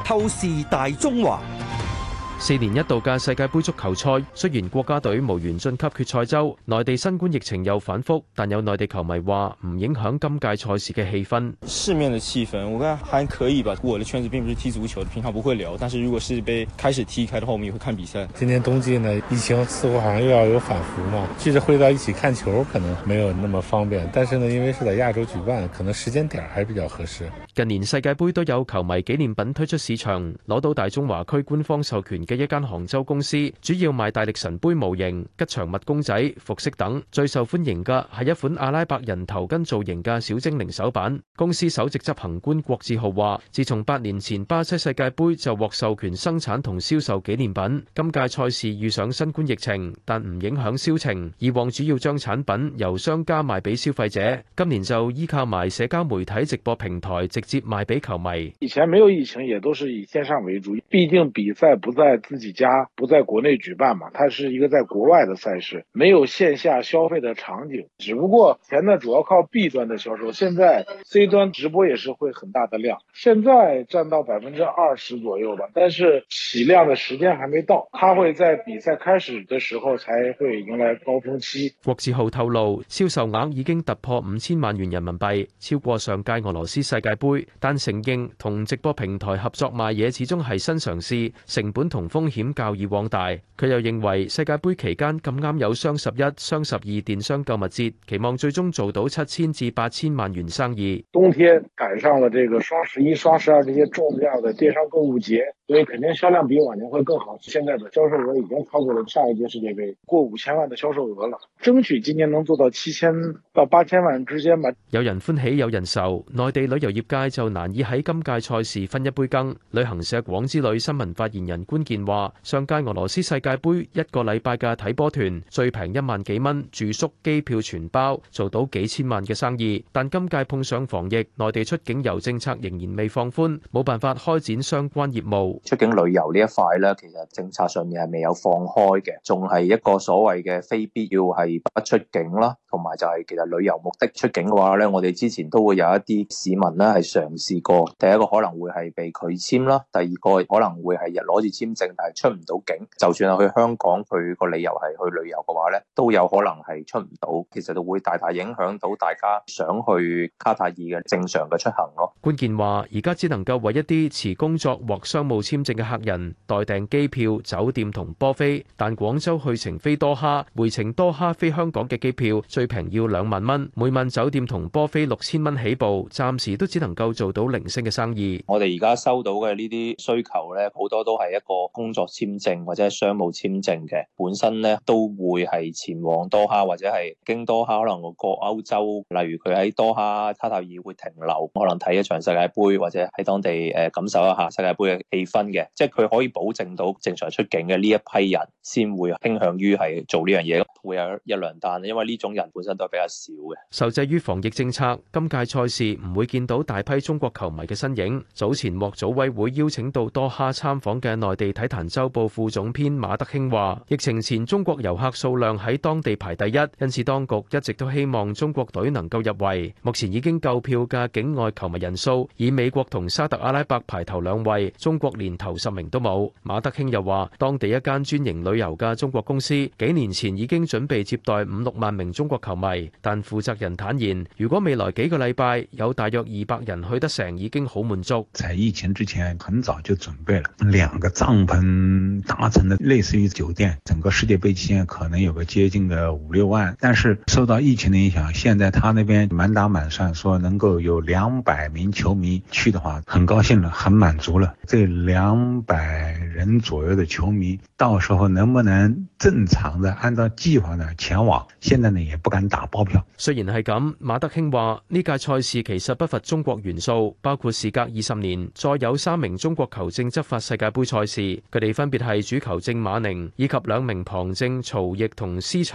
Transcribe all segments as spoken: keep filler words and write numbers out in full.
透視大中華。 四年一度嘅世界盃足球賽，雖然國家隊無緣晉級決賽周，內地新冠疫情又反覆，但有內地球迷話唔影響今屆賽事嘅氣氛。 市面的氣氛，我看還可以吧。我的圈子並不是踢足球的，平常不會聊。但是如果是被開始踢開的話，我們也會看比賽。 今年冬季呢，疫情似乎好像又要有反覆嘛，聚着會到一起看球可能沒有那麼方便。但是呢，因為是在亞洲舉辦，可能時間點還比較合適。 近年世界盃都有球迷紀念品推出市場，攞到大中華區官方授權嘅一間杭州公司，主要賣大力神杯模型、吉祥物公仔、服飾等。最受歡迎嘅係一款阿拉伯人頭巾造型嘅小精靈手板。公司首席執行官郭志浩話，自從八年前巴西世界盃就獲授權生產同銷售紀念品。今屆賽事遇上新冠疫情，但唔影響銷情。以往主要將產品由商家賣俾消費者，今年就依靠埋社交媒體直播平台直接賣俾球迷。 以前沒有疫情，也都是以線上為主，畢竟比賽不在自己家，不在國內舉辦嘛，它是一個在國外的賽事，沒有線下消費的場景。只不過以前呢主要靠 B 端的銷售，現在 C 端直播也是會很大的量，現在佔到百分之二十左右吧，但是起量的時間還沒到，它會在比賽開始的時候才會迎來高峰期。 郭志浩透露，銷售額已經突破五千萬元人民幣，超過上屆俄羅斯世界盃，但承認同直播平台合作賣嘢始終係新嘗試，成本同風險較以往大。佢又認為世界盃期間咁啱有雙十一、雙十二電商購物節，期望最終做到七千至八千萬元生意。 冬天趕上了這個雙十一、雙十二這些重要的電商購物節，所以肯定銷量比往年會更好。現在的銷售額已經超過了上一屆世界盃，過五千萬的銷售額了，爭取今年能做到七千到八千萬之間吧。 有人歡喜有人愁，內地旅遊業界就難以喺今屆賽事分一杯羹。旅行社廣之旅新聞發言人官健話，上屆俄羅斯世界盃一個禮拜嘅睇波團最平一萬幾蚊，住宿機票全包，做到幾千萬嘅生意。但今屆碰上防疫，內地出境遊政策仍然未放寬，冇辦法開展相關業務。 出境旅遊呢一塊咧，其實政策上面係未有放開嘅，仲係一個所謂嘅非必要係不出境啦，同埋就係其實旅遊目的出境嘅話咧，我哋之前都會有一啲市民咧係嘗試過，第一個可能會係被拒簽啦，第二個可能會係日攞住簽證但係出唔到境，就算係去香港，佢個理由係去旅遊嘅話咧，都有可能係出唔到，其實都會大大影響到大家想去卡塔爾嘅正常嘅出行咯。 關鍵話，而家只能夠為一啲持工作或商務簽證嘅客人代訂機票、酒店同波飛，但廣州去程飛多哈、回程多哈飛香港嘅機票最平要兩萬蚊，每晚酒店同波飛六千蚊起步，暫時都只能夠做到零星嘅生意。 我哋而家收到嘅呢啲需求咧，好多都係一個工作簽證或者係商務簽證嘅，本身咧都會係前往多哈或者係經多哈，可能過歐洲，例如佢喺多哈卡塔爾會停留，可能睇一場世界盃或者喺當地誒感受一下世界盃嘅氣氛嘅，即係佢可以保證到正常出境嘅呢一批人先會傾向於係做呢樣嘢，會有一兩單，因為呢種人本身都係比較少嘅。 受制於防疫政策，今屆賽事唔會見到大批中國球迷嘅身影。早前獲組委會邀請到多哈參訪嘅內地體壇週報副總編馬德興話，疫情前中國遊客數量喺當地排第一，因此當局一直都希望中國隊能夠入圍。目前已經購票嘅境外球迷人數，以美國同沙特阿拉伯排頭兩位，中國連頭十名都冇。馬德興又話，當地一間專營旅遊嘅中國公司幾年前已經準備接待五六萬名中國球迷，但負責人坦言，如果未來幾個禮拜有大約二百人去得成，已經好滿足。 在疫情之前很早就準備了兩個帳篷搭成的類似於酒店，整個世界盃期間可能有個接近的五六萬，但是受到疫情的影響，現在他那邊滿打滿算說能夠有兩百名球迷去的話，很高興了，很滿足了。這兩百人左右的球迷到時候能不能正常的按照計劃的前往，現在呢也不敢打包票。 雖然係咁，馬德興話呢屆賽事其實不乏中國元素，包括時隔二十年再有三名中國球證執法世界盃賽事，佢哋分別係主球證馬寧以及兩名旁證曹奕同施翔。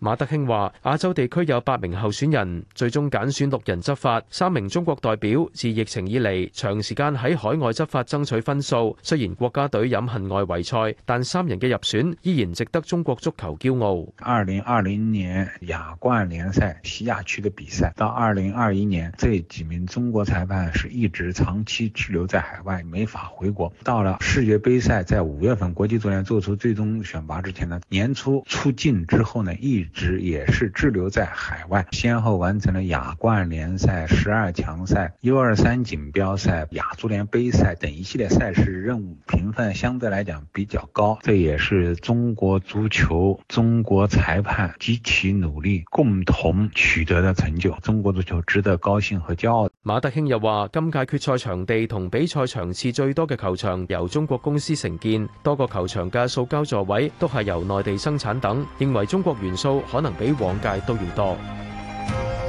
馬德興話：亞洲地區有八名候選人，最終揀選六人執法。三名中國代表自疫情以嚟長時間喺海外執法爭取分數。雖然國家隊飲恨外圍賽，但三人嘅入選依然值得中國足球驕傲。 二零二零年亞冠聯賽西亞區的比賽，到二零二一年，這幾名中國裁判是一直長期滯留在海外，沒法回國。到了世界盃賽，在五月份國際足聯做出最終選拔之前呢，年初出境之後呢，一直也是滯留在海外，先後完成了亞冠聯賽、十二強賽、U 二三錦標賽、亞足聯盃賽等一系列賽事，任務評分相對來講比較高。這也是中國足球、中國裁判極其努力共同取得的成就，中國足球值得高興和驕傲。 馬德興又話：今屆決賽場地同比賽場次最多嘅球場由中國公司承建，多個球場嘅塑膠座位都係由內地生產等，認為中國元素可能比往屆都要多。